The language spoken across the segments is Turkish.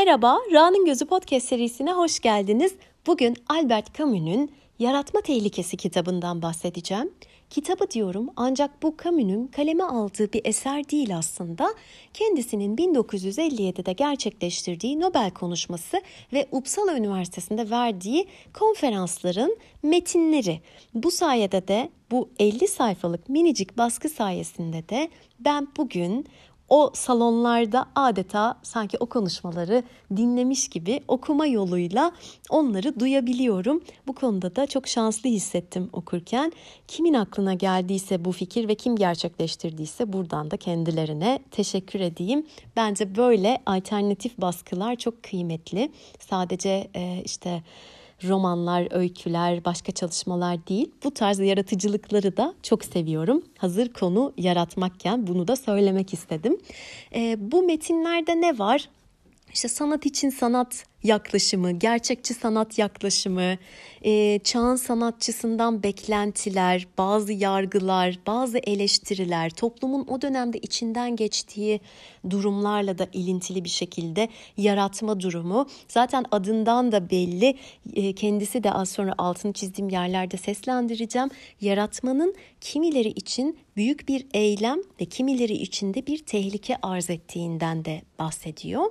Merhaba, Ra'nın Gözü Podcast serisine hoş geldiniz. Bugün Albert Camus'un Yaratma Tehlikesi kitabından bahsedeceğim. Kitabı diyorum ancak bu Camus'un kaleme aldığı bir eser değil aslında. Kendisinin 1957'de gerçekleştirdiği Nobel konuşması ve Uppsala Üniversitesi'nde verdiği konferansların metinleri. Bu sayede de bu 50 sayfalık minicik baskı sayesinde de ben bugün o salonlarda adeta sanki o konuşmaları dinlemiş gibi okuma yoluyla onları duyabiliyorum. Bu konuda da çok şanslı hissettim okurken. Kimin aklına geldiyse bu fikir ve kim gerçekleştirdiyse buradan da kendilerine teşekkür edeyim. Bence böyle alternatif baskılar çok kıymetli. Sadece romanlar, öyküler, başka çalışmalar değil. Bu tarz yaratıcılıkları da çok seviyorum. Hazır konu yaratmakken bunu da söylemek istedim. Bu metinlerde ne var? İşte sanat için sanat yaklaşımı, gerçekçi sanat yaklaşımı, çağın sanatçısından beklentiler, bazı yargılar, bazı eleştiriler, toplumun o dönemde içinden geçtiği durumlarla da ilintili bir şekilde yaratma durumu. Zaten adından da belli, kendisi de az sonra altını çizdiğim yerlerde seslendireceğim. Yaratmanın kimileri için büyük bir eylem ve kimileri için de bir tehlike arz ettiğinden de bahsediyor.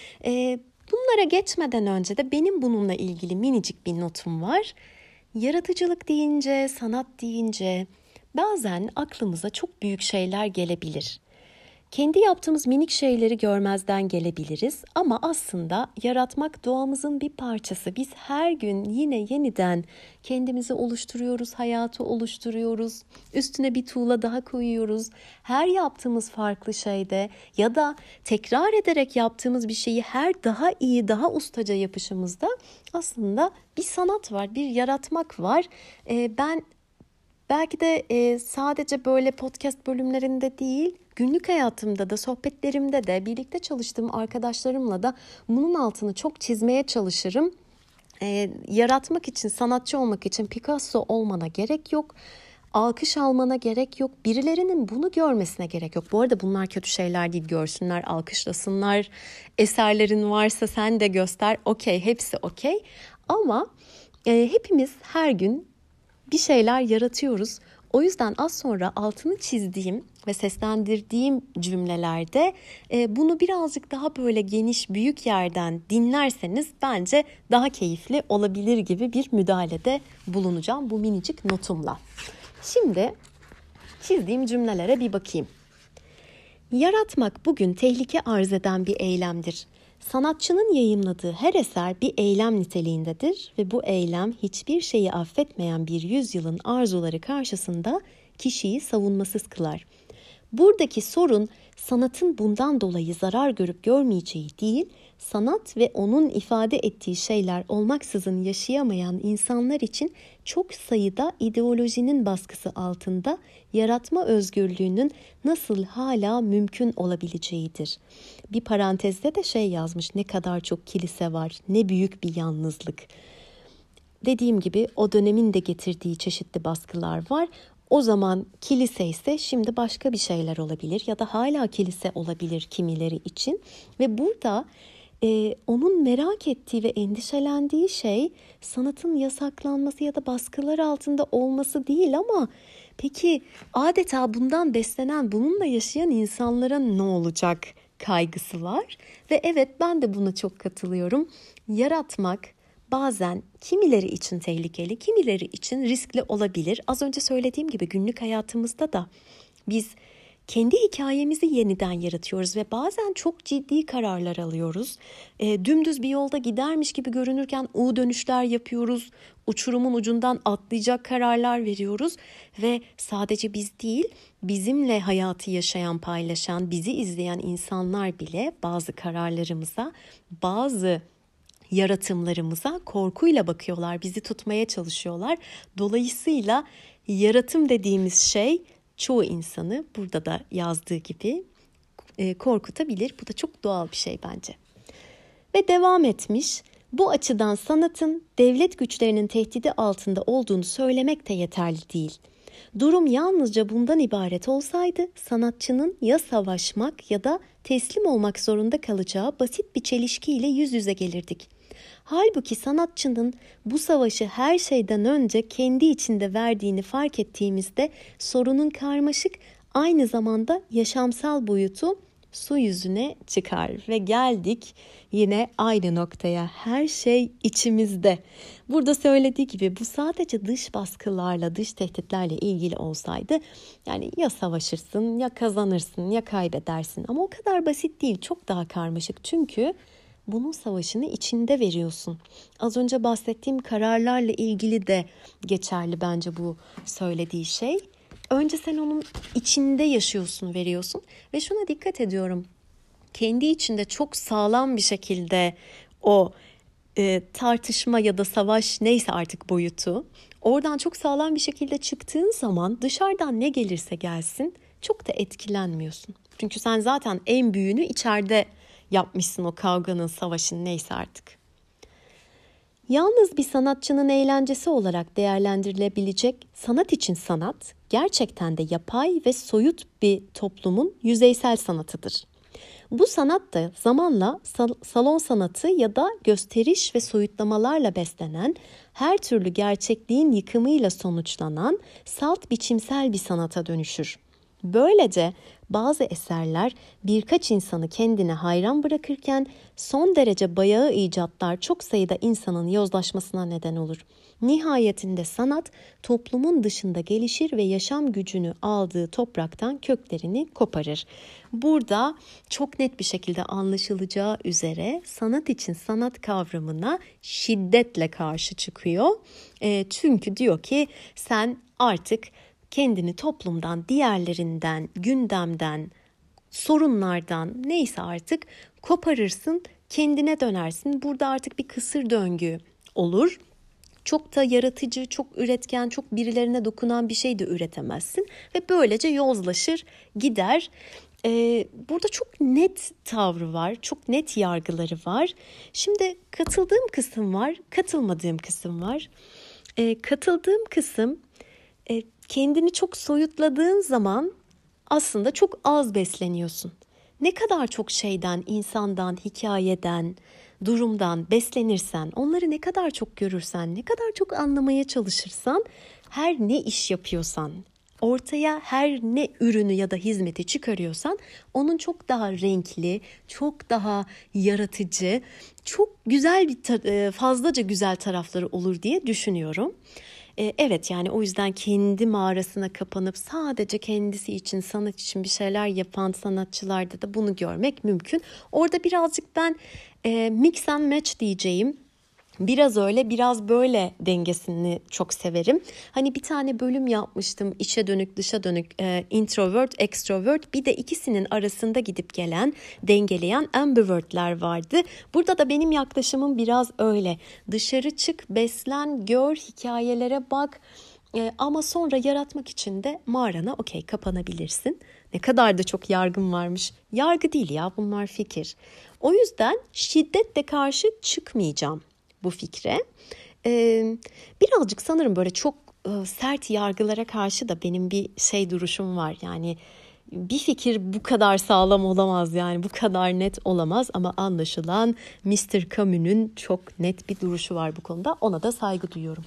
Bunlara geçmeden önce de benim bununla ilgili minicik bir notum var. Yaratıcılık deyince, sanat deyince bazen aklımıza çok büyük şeyler gelebilir. Kendi yaptığımız minik şeyleri görmezden gelebiliriz ama aslında yaratmak doğamızın bir parçası. Biz her gün yine yeniden kendimizi oluşturuyoruz, hayatı oluşturuyoruz. Üstüne bir tuğla daha koyuyoruz. Her yaptığımız farklı şeyde ya da tekrar ederek yaptığımız bir şeyi her daha iyi, daha ustaca yapışımızda aslında bir sanat var, bir yaratmak var. Ben belki de sadece böyle podcast bölümlerinde değil, günlük hayatımda da, sohbetlerimde de, birlikte çalıştığım arkadaşlarımla da bunun altını çok çizmeye çalışırım. Yaratmak için, sanatçı olmak için Picasso olmana gerek yok. Alkış almana gerek yok. Birilerinin bunu görmesine gerek yok. Bu arada bunlar kötü şeyler değil. Görsünler, alkışlasınlar. Eserlerin varsa sen de göster. Okey, hepsi okey. Ama hepimiz her gün bir şeyler yaratıyoruz. O yüzden az sonra altını çizdiğim ve seslendirdiğim cümlelerde bunu birazcık daha böyle geniş, büyük yerden dinlerseniz bence daha keyifli olabilir gibi bir müdahalede bulunacağım bu minicik notumla. Şimdi çizdiğim cümlelere bir bakayım. Yaratmak bugün tehlike arz eden bir eylemdir. Sanatçının yayımladığı her eser bir eylem niteliğindedir ve bu eylem hiçbir şeyi affetmeyen bir yüzyılın arzuları karşısında kişiyi savunmasız kılar. Buradaki sorun sanatın bundan dolayı zarar görüp görmeyeceği değil, sanat ve onun ifade ettiği şeyler olmaksızın yaşayamayan insanlar için çok sayıda ideolojinin baskısı altında yaratma özgürlüğünün nasıl hala mümkün olabileceğidir. Bir parantezde de yazmış, ne kadar çok kilise var, ne büyük bir yalnızlık. Dediğim gibi o dönemin de getirdiği çeşitli baskılar var. O zaman kilise ise şimdi başka bir şeyler olabilir ya da hala kilise olabilir kimileri için. Ve burada onun merak ettiği ve endişelendiği şey sanatın yasaklanması ya da baskılar altında olması değil ama peki adeta bundan beslenen, bununla yaşayan insanlara ne olacak kaygısı var. Ve evet, ben de buna çok katılıyorum. Yaratmak bazen kimileri için tehlikeli, kimileri için riskli olabilir. Az önce söylediğim gibi günlük hayatımızda da biz kendi hikayemizi yeniden yaratıyoruz ve bazen çok ciddi kararlar alıyoruz. Dümdüz bir yolda gidermiş gibi görünürken U dönüşler yapıyoruz. Uçurumun ucundan atlayacak kararlar veriyoruz ve sadece biz değil, bizimle hayatı yaşayan, paylaşan, bizi izleyen insanlar bile bazı kararlarımıza, bazı yaratımlarımıza korkuyla bakıyorlar, bizi tutmaya çalışıyorlar. Dolayısıyla yaratım dediğimiz şey çoğu insanı burada da yazdığı gibi korkutabilir. Bu da çok doğal bir şey bence. Ve devam etmiş. Bu açıdan sanatın devlet güçlerinin tehdidi altında olduğunu söylemek de yeterli değil. Durum yalnızca bundan ibaret olsaydı sanatçının ya savaşmak ya da teslim olmak zorunda kalacağı basit bir çelişkiyle yüz yüze gelirdik. Halbuki sanatçının bu savaşı her şeyden önce kendi içinde verdiğini fark ettiğimizde sorunun karmaşık, aynı zamanda yaşamsal boyutu su yüzüne çıkar ve geldik yine aynı noktaya. Her şey içimizde. Burada söylediği gibi bu sadece dış baskılarla, dış tehditlerle ilgili olsaydı yani ya savaşırsın, ya kazanırsın, ya kaybedersin. Ama o kadar basit değil, çok daha karmaşık. Çünkü bunun savaşını içinde veriyorsun. Az önce bahsettiğim kararlarla ilgili de geçerli bence bu söylediği şey. Önce sen onun içinde yaşıyorsun, veriyorsun ve şuna dikkat ediyorum. Kendi içinde çok sağlam bir şekilde o tartışma ya da savaş neyse artık boyutu, oradan çok sağlam bir şekilde çıktığın zaman dışarıdan ne gelirse gelsin çok da etkilenmiyorsun. Çünkü sen zaten en büyüğünü içeride yapmışsın, o kavganın, savaşın neyse artık. Yalnız bir sanatçının eğlencesi olarak değerlendirilebilecek sanat için sanat, gerçekten de yapay ve soyut bir toplumun yüzeysel sanatıdır. Bu sanat da zamanla salon sanatı ya da gösteriş ve soyutlamalarla beslenen, her türlü gerçekliğin yıkımıyla sonuçlanan salt biçimsel bir sanata dönüşür. Böylece bazı eserler birkaç insanı kendine hayran bırakırken son derece bayağı icatlar çok sayıda insanın yozlaşmasına neden olur. Nihayetinde sanat toplumun dışında gelişir ve yaşam gücünü aldığı topraktan köklerini koparır. Burada çok net bir şekilde anlaşılacağı üzere sanat için sanat kavramına şiddetle karşı çıkıyor. Çünkü diyor ki sen artık kendini toplumdan, diğerlerinden, gündemden, sorunlardan neyse artık koparırsın, kendine dönersin. Burada artık bir kısır döngü olur. Çok da yaratıcı, çok üretken, çok birilerine dokunan bir şey de üretemezsin. Ve böylece yozlaşır, gider. Burada çok net tavrı var, çok net yargıları var. Şimdi katıldığım kısım var, katılmadığım kısım var. Katıldığım kısım, kendini çok soyutladığın zaman aslında çok az besleniyorsun. Ne kadar çok şeyden, insandan, hikayeden, durumdan beslenirsen, onları ne kadar çok görürsen, ne kadar çok anlamaya çalışırsan, her ne iş yapıyorsan, ortaya her ne ürünü ya da hizmeti çıkarıyorsan, onun çok daha renkli, çok daha yaratıcı, çok güzel fazlaca güzel tarafları olur diye düşünüyorum. Evet, yani o yüzden kendi mağarasına kapanıp sadece kendisi için, sanat için bir şeyler yapan sanatçılarda da bunu görmek mümkün. Orada birazcık ben mix and match diyeceğim. Biraz öyle, biraz böyle dengesini çok severim. Hani bir tane bölüm yapmıştım, içe dönük, dışa dönük, introvert, extrovert. Bir de ikisinin arasında gidip gelen, dengeleyen ambivertler vardı. Burada da benim yaklaşımım biraz öyle. Dışarı çık, beslen, gör, hikayelere bak. Ama sonra yaratmak için de mağarana kapanabilirsin. Ne kadar da çok yargım varmış. Yargı değil ya, bunlar fikir. O yüzden şiddetle karşı çıkmayacağım bu fikre. Birazcık sanırım böyle çok sert yargılara karşı da benim bir duruşum var. Yani bir fikir bu kadar sağlam olamaz, yani bu kadar net olamaz, ama anlaşılan Mr. Camus'un çok net bir duruşu var bu konuda. Ona da saygı duyuyorum.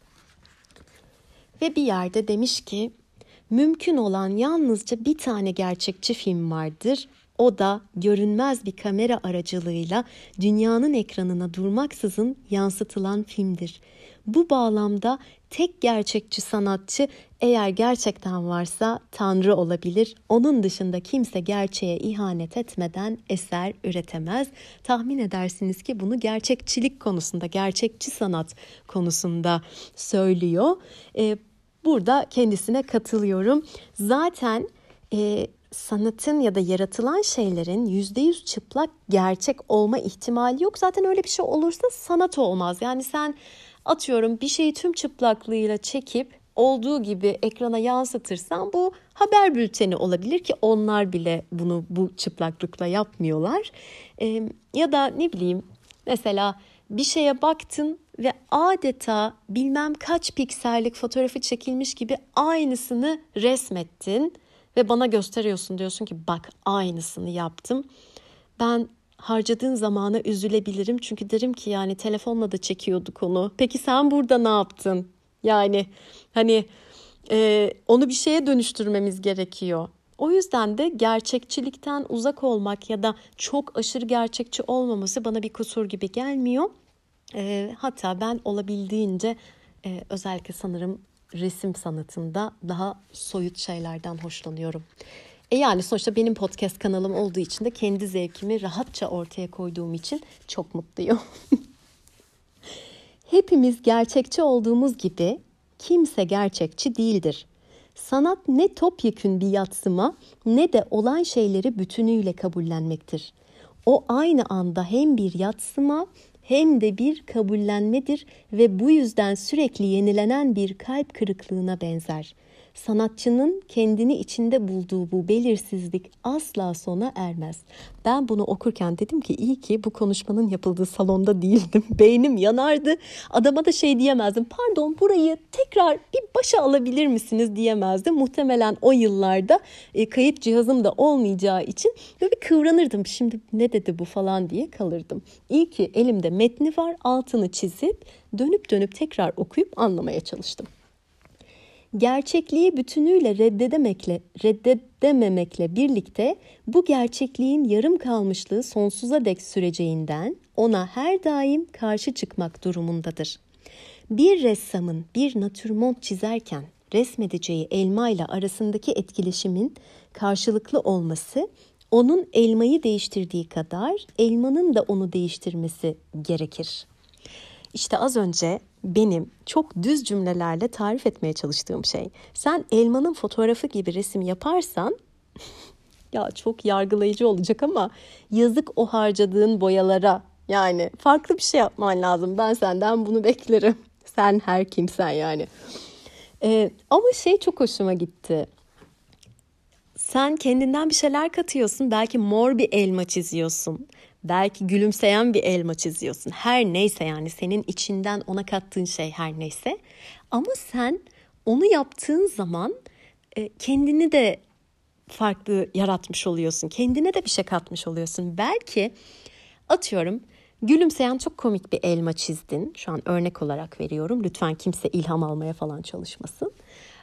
Ve bir yerde demiş ki, mümkün olan yalnızca bir tane gerçekçi film vardır. O da görünmez bir kamera aracılığıyla dünyanın ekranına durmaksızın yansıtılan filmdir. Bu bağlamda tek gerçekçi sanatçı eğer gerçekten varsa Tanrı olabilir. Onun dışında kimse gerçeğe ihanet etmeden eser üretemez. Tahmin edersiniz ki bunu gerçekçilik konusunda, gerçekçi sanat konusunda söylüyor. Burada kendisine katılıyorum. Zaten sanatın ya da yaratılan şeylerin %100 çıplak gerçek olma ihtimali yok. Zaten öyle bir şey olursa sanat olmaz. Yani sen atıyorum bir şeyi tüm çıplaklığıyla çekip olduğu gibi ekrana yansıtırsan bu haber bülteni olabilir ki onlar bile bunu bu çıplaklıkla yapmıyorlar. Ya da ne bileyim, mesela bir şeye baktın ve adeta bilmem kaç piksellik fotoğrafı çekilmiş gibi aynısını resmettin ve bana gösteriyorsun, diyorsun ki bak aynısını yaptım. Ben harcadığın zamana üzülebilirim çünkü derim ki yani telefonla da çekiyorduk onu. Peki sen burada ne yaptın? Yani hani onu bir şeye dönüştürmemiz gerekiyor. O yüzden de gerçekçilikten uzak olmak ya da çok aşırı gerçekçi olmaması bana bir kusur gibi gelmiyor. Hatta ben olabildiğince özellikle sanırım resim sanatında daha soyut şeylerden hoşlanıyorum. Yani sonuçta benim podcast kanalım olduğu için de kendi zevkimi rahatça ortaya koyduğum için çok mutluyum. Hepimiz gerçekçi olduğumuz gibi kimse gerçekçi değildir. Sanat ne topyekün bir yadsıma ne de olan şeyleri bütünüyle kabullenmektir. O aynı anda hem bir yadsıma hem de bir kabullenmedir ve bu yüzden sürekli yenilenen bir kalp kırıklığına benzer. Sanatçının kendini içinde bulduğu bu belirsizlik asla sona ermez. Ben bunu okurken dedim ki iyi ki bu konuşmanın yapıldığı salonda değildim. Beynim yanardı. Adama da şey diyemezdim. Pardon, burayı tekrar bir başa alabilir misiniz diyemezdim. Muhtemelen o yıllarda kayıt cihazım da olmayacağı için böyle bir kıvranırdım. Şimdi ne dedi bu falan diye kalırdım. İyi ki elimde metni var. Altını çizip dönüp dönüp tekrar okuyup anlamaya çalıştım. Gerçekliği bütünüyle reddedememekle birlikte bu gerçekliğin yarım kalmışlığı sonsuza dek süreceğinden ona her daim karşı çıkmak durumundadır. Bir ressamın bir natürmort çizerken resmedeceği elma ile arasındaki etkileşimin karşılıklı olması, onun elmayı değiştirdiği kadar elmanın da onu değiştirmesi gerekir. İşte az önce benim çok düz cümlelerle tarif etmeye çalıştığım şey. Sen elmanın fotoğrafı gibi resim yaparsan, ya çok yargılayıcı olacak ama yazık o harcadığın boyalara. Yani farklı bir şey yapman lazım. Ben senden bunu beklerim. Sen her kimsen yani. Ama şey çok hoşuma gitti. Sen kendinden bir şeyler katıyorsun. Belki mor bir elma çiziyorsun. Belki gülümseyen bir elma çiziyorsun. Her neyse yani senin içinden ona kattığın şey her neyse. Ama sen onu yaptığın zaman kendini de farklı yaratmış oluyorsun. Kendine de bir şey katmış oluyorsun. Belki atıyorum gülümseyen çok komik bir elma çizdin. Şu an örnek olarak veriyorum. Lütfen kimse ilham almaya falan çalışmasın.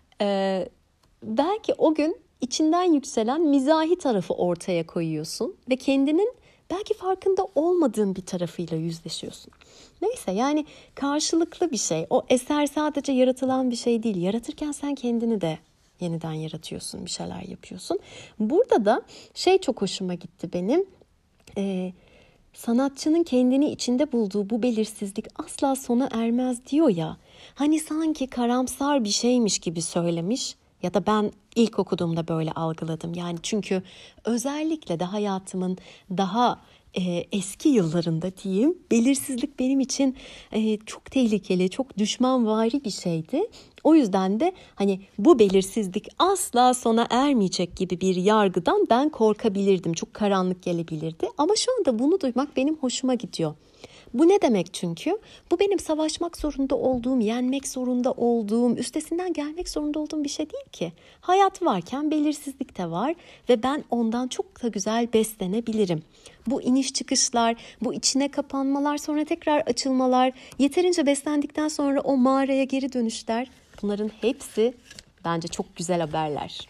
Belki o gün içinden yükselen mizahi tarafı ortaya koyuyorsun ve kendinin belki farkında olmadığın bir tarafıyla yüzleşiyorsun. Neyse yani karşılıklı bir şey. O eser sadece yaratılan bir şey değil. Yaratırken sen kendini de yeniden yaratıyorsun, bir şeyler yapıyorsun. Burada da şey çok hoşuma gitti benim. Sanatçının kendini içinde bulduğu bu belirsizlik asla sona ermez diyor ya. Hani sanki karamsar bir şeymiş gibi söylemiş. Ya da ben ilk okuduğumda böyle algıladım. Yani çünkü özellikle de hayatımın daha eski yıllarında diyeyim, belirsizlik benim için çok tehlikeli, çok düşmanvari bir şeydi. O yüzden de hani bu belirsizlik asla sona ermeyecek gibi bir yargıdan ben korkabilirdim. Çok karanlık gelebilirdi. Ama şu anda bunu duymak benim hoşuma gidiyor. Bu ne demek çünkü? Bu benim savaşmak zorunda olduğum, yenmek zorunda olduğum, üstesinden gelmek zorunda olduğum bir şey değil ki. Hayat varken belirsizlik de var ve ben ondan çok da güzel beslenebilirim. Bu iniş çıkışlar, bu içine kapanmalar, sonra tekrar açılmalar, yeterince beslendikten sonra o mağaraya geri dönüşler, bunların hepsi bence çok güzel haberler.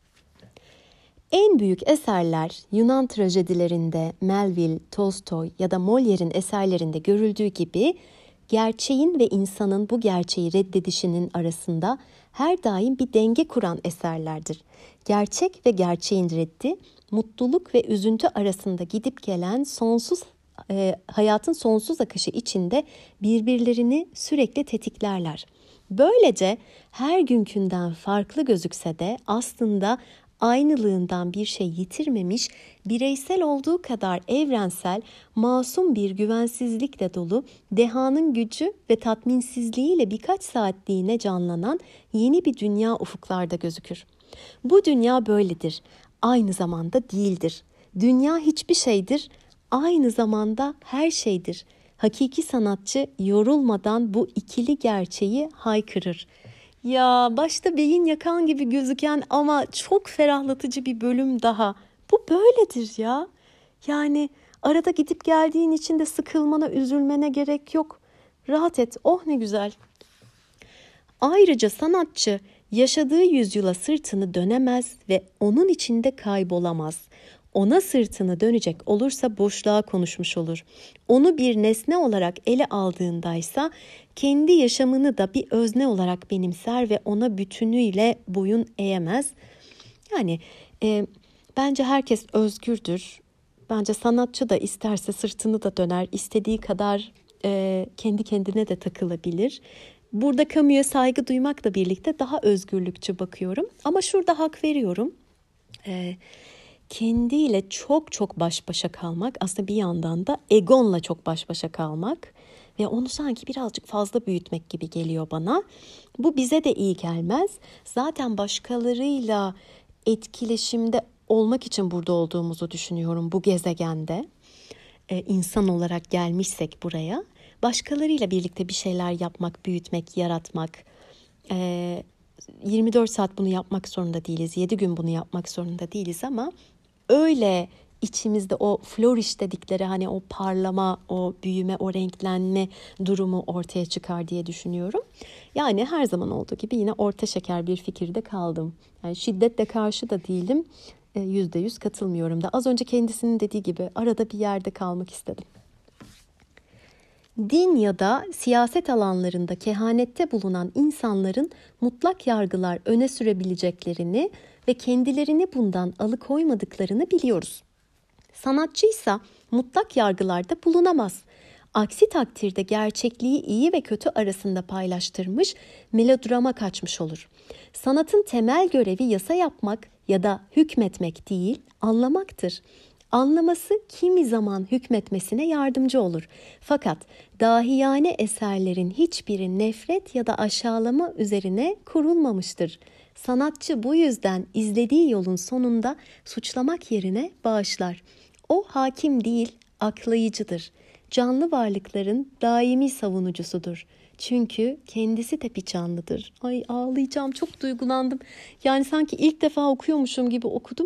En büyük eserler Yunan trajedilerinde Melville, Tolstoy ya da Molière'in eserlerinde görüldüğü gibi gerçeğin ve insanın bu gerçeği reddedişinin arasında her daim bir denge kuran eserlerdir. Gerçek ve gerçeğin reddi, mutluluk ve üzüntü arasında gidip gelen hayatın sonsuz akışı içinde birbirlerini sürekli tetiklerler. Böylece her günkünden farklı gözükse de aslında aynılığından bir şey yitirmemiş, bireysel olduğu kadar evrensel, masum bir güvensizlikle dolu, dehanın gücü ve tatminsizliğiyle birkaç saatliğine canlanan yeni bir dünya ufuklarda gözükür. Bu dünya böyledir, aynı zamanda değildir. Dünya hiçbir şeydir, aynı zamanda her şeydir. Hakiki sanatçı yorulmadan bu ikili gerçeği haykırır. Ya başta beyin yakan gibi gözüken ama çok ferahlatıcı bir bölüm daha. Bu böyledir ya. Yani arada gidip geldiğin için de sıkılmana, üzülmene gerek yok. Rahat et, oh ne güzel. Ayrıca sanatçı yaşadığı yüzyıla sırtını dönemez ve onun içinde kaybolamaz. Ona sırtını dönecek olursa boşluğa konuşmuş olur. Onu bir nesne olarak ele aldığındaysa kendi yaşamını da bir özne olarak benimser ve ona bütünüyle boyun eğemez. Yani bence herkes özgürdür. Bence sanatçı da isterse sırtını da döner, istediği kadar kendi kendine de takılabilir. Burada Camus'a saygı duymakla birlikte daha özgürlükçü bakıyorum. Ama şurada hak veriyorum. Kendiyle çok çok baş başa kalmak, aslında bir yandan da egonla çok baş başa kalmak ve onu sanki birazcık fazla büyütmek gibi geliyor bana. Bu bize de iyi gelmez. Zaten başkalarıyla etkileşimde olmak için burada olduğumuzu düşünüyorum bu gezegende. İnsan olarak gelmişsek buraya, başkalarıyla birlikte bir şeyler yapmak, büyütmek, yaratmak, 24 saat bunu yapmak zorunda değiliz, 7 gün bunu yapmak zorunda değiliz ama öyle içimizde o flourish dedikleri hani o parlama, o büyüme, o renklenme durumu ortaya çıkar diye düşünüyorum. Yani her zaman olduğu gibi yine orta şeker bir fikirde kaldım. Yani şiddetle karşı da değilim, %100 katılmıyorum da. Az önce kendisinin dediği gibi arada bir yerde kalmak istedim. Din ya da siyaset alanlarında kehanette bulunan insanların mutlak yargılar öne sürebileceklerini ve kendilerini bundan alıkoymadıklarını biliyoruz. Sanatçıysa mutlak yargılarda bulunamaz. Aksi takdirde gerçekliği iyi ve kötü arasında paylaştırmış, melodrama kaçmış olur. Sanatın temel görevi yasa yapmak ya da hükmetmek değil, anlamaktır. Anlaması kimi zaman hükmetmesine yardımcı olur. Fakat dahiyane eserlerin hiçbiri nefret ya da aşağılama üzerine kurulmamıştır. Sanatçı bu yüzden izlediği yolun sonunda suçlamak yerine bağışlar. O hakim değil, aklayıcıdır. Canlı varlıkların daimi savunucusudur. Çünkü kendisi de bir canlıdır. Ay ağlayacağım, çok duygulandım. Yani sanki ilk defa okuyormuşum gibi okudum.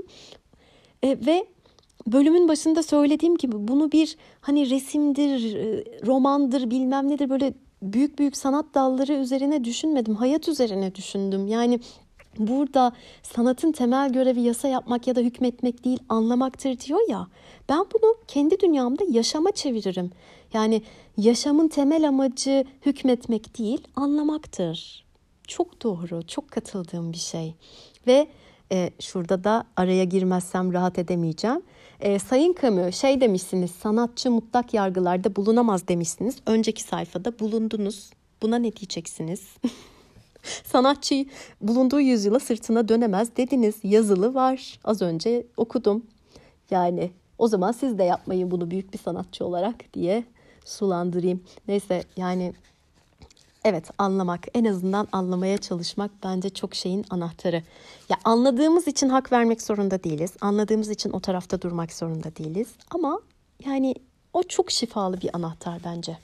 Ve bölümün başında söylediğim gibi bunu bir hani resimdir, romandır, bilmem nedir böyle büyük büyük sanat dalları üzerine düşünmedim. Hayat üzerine düşündüm. Yani burada sanatın temel görevi yasa yapmak ya da hükmetmek değil, anlamaktır diyor ya. Ben bunu kendi dünyamda yaşama çeviririm. Yani yaşamın temel amacı hükmetmek değil, anlamaktır. Çok doğru, çok katıldığım bir şey. Ve şurada da araya girmezsem rahat edemeyeceğim. Sayın Camus demişsiniz, sanatçı mutlak yargılarda bulunamaz demişsiniz. Önceki sayfada bulundunuz. Buna ne diyeceksiniz? Sanatçı bulunduğu yüzyıla sırtına dönemez dediniz. Yazılı var. Az önce okudum. Yani o zaman siz de yapmayın bunu büyük bir sanatçı olarak diye sulandırayım. Neyse yani evet, anlamak, en azından anlamaya çalışmak bence çok şeyin anahtarı. Ya anladığımız için hak vermek zorunda değiliz. Anladığımız için o tarafta durmak zorunda değiliz. Ama yani o çok şifalı bir anahtar bence.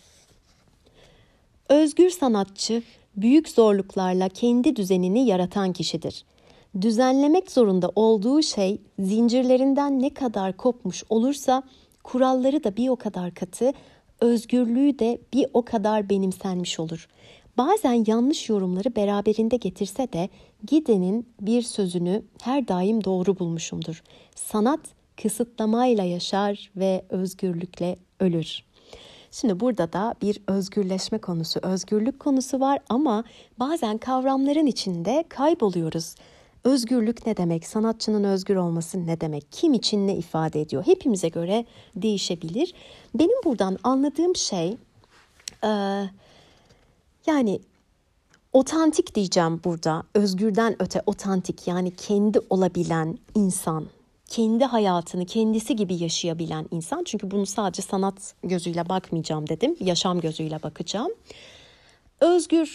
Özgür sanatçı büyük zorluklarla kendi düzenini yaratan kişidir. Düzenlemek zorunda olduğu şey zincirlerinden ne kadar kopmuş olursa kuralları da bir o kadar katı, özgürlüğü de bir o kadar benimsenmiş olur. Bazen yanlış yorumları beraberinde getirse de Gide'nin bir sözünü her daim doğru bulmuşumdur. Sanat kısıtlamayla yaşar ve özgürlükle ölür. Şimdi burada da bir özgürleşme konusu, özgürlük konusu var ama bazen kavramların içinde kayboluyoruz. Özgürlük ne demek? Sanatçının özgür olması ne demek? Kim için ne ifade ediyor? Hepimize göre değişebilir. Benim buradan anladığım şey yani otantik diyeceğim burada. Özgürden öte otantik, yani kendi olabilen insan. Kendi hayatını kendisi gibi yaşayabilen insan. Çünkü bunu sadece sanat gözüyle bakmayacağım dedim. Yaşam gözüyle bakacağım.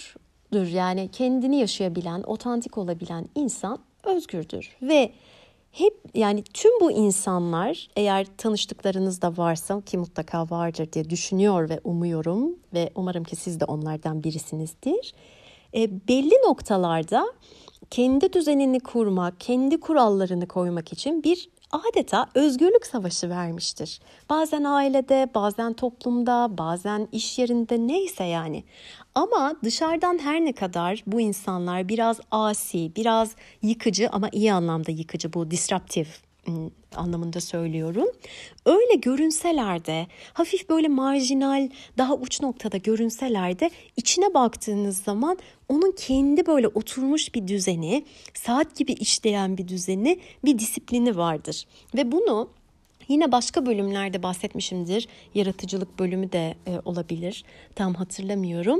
Özgürdür, yani kendini yaşayabilen, otantik olabilen insan özgürdür. Ve Yani tüm bu insanlar, eğer tanıştıklarınız da varsa, ki mutlaka vardır diye düşünüyor ve umuyorum ve umarım ki siz de onlardan birisinizdir. Belli noktalarda kendi düzenini kurmak, kendi kurallarını koymak için bir adeta özgürlük savaşı vermiştir. Bazen ailede, bazen toplumda, bazen iş yerinde, neyse yani. Ama dışarıdan her ne kadar bu insanlar biraz asi, biraz yıkıcı, ama iyi anlamda yıkıcı, bu disruptif anlamında söylüyorum. Öyle görünseler de, hafif böyle marjinal, daha uç noktada görünseler de, içine baktığınız zaman onun kendi böyle oturmuş bir düzeni, saat gibi işleyen bir düzeni, bir disiplini vardır. Ve bunu yine başka bölümlerde bahsetmişimdir. Yaratıcılık bölümü de olabilir. Tam hatırlamıyorum.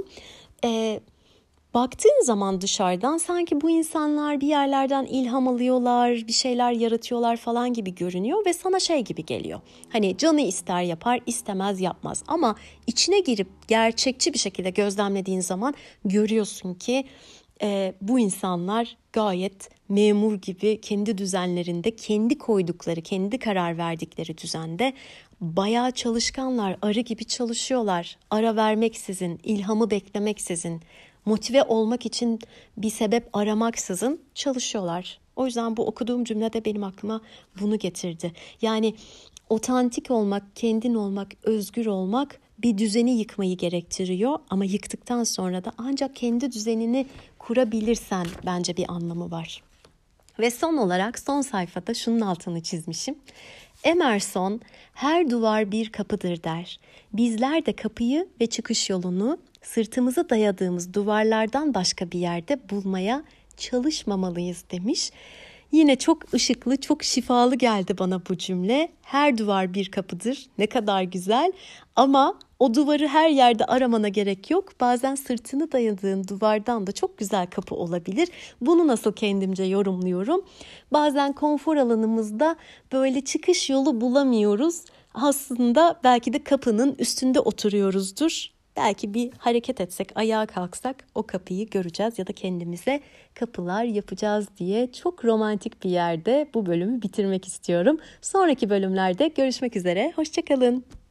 Baktığın zaman dışarıdan sanki bu insanlar bir yerlerden ilham alıyorlar, bir şeyler yaratıyorlar falan gibi görünüyor ve sana şey gibi geliyor. Hani canı ister yapar, istemez yapmaz. Ama içine girip gerçekçi bir şekilde gözlemlediğin zaman görüyorsun ki bu insanlar gayet memur gibi kendi düzenlerinde, kendi koydukları, kendi karar verdikleri düzende bayağı çalışkanlar, arı gibi çalışıyorlar. Ara vermeksizin, ilhamı beklemeksizin, motive olmak için bir sebep aramaksızın çalışıyorlar. O yüzden bu okuduğum cümlede benim aklıma bunu getirdi. Yani otantik olmak, kendin olmak, özgür olmak bir düzeni yıkmayı gerektiriyor. Ama yıktıktan sonra da ancak kendi düzenini kurabilirsen bence bir anlamı var. Ve son olarak son sayfada şunun altını çizmişim. Emerson her duvar bir kapıdır der. Bizler de kapıyı ve çıkış yolunu sırtımızı dayadığımız duvarlardan başka bir yerde bulmaya çalışmamalıyız demiş. Yine çok ışıklı, çok şifalı geldi bana bu cümle. Her duvar bir kapıdır. Ne kadar güzel. Ama o duvarı her yerde aramana gerek yok. Bazen sırtını dayadığın duvardan da çok güzel kapı olabilir. Bunu nasıl kendimce yorumluyorum? Bazen konfor alanımızda böyle çıkış yolu bulamıyoruz. Aslında belki de kapının üstünde oturuyoruzdur. Belki bir hareket etsek, ayağa kalksak o kapıyı göreceğiz ya da kendimize kapılar yapacağız diye çok romantik bir yerde bu bölümü bitirmek istiyorum. Sonraki bölümlerde görüşmek üzere. Hoşça kalın.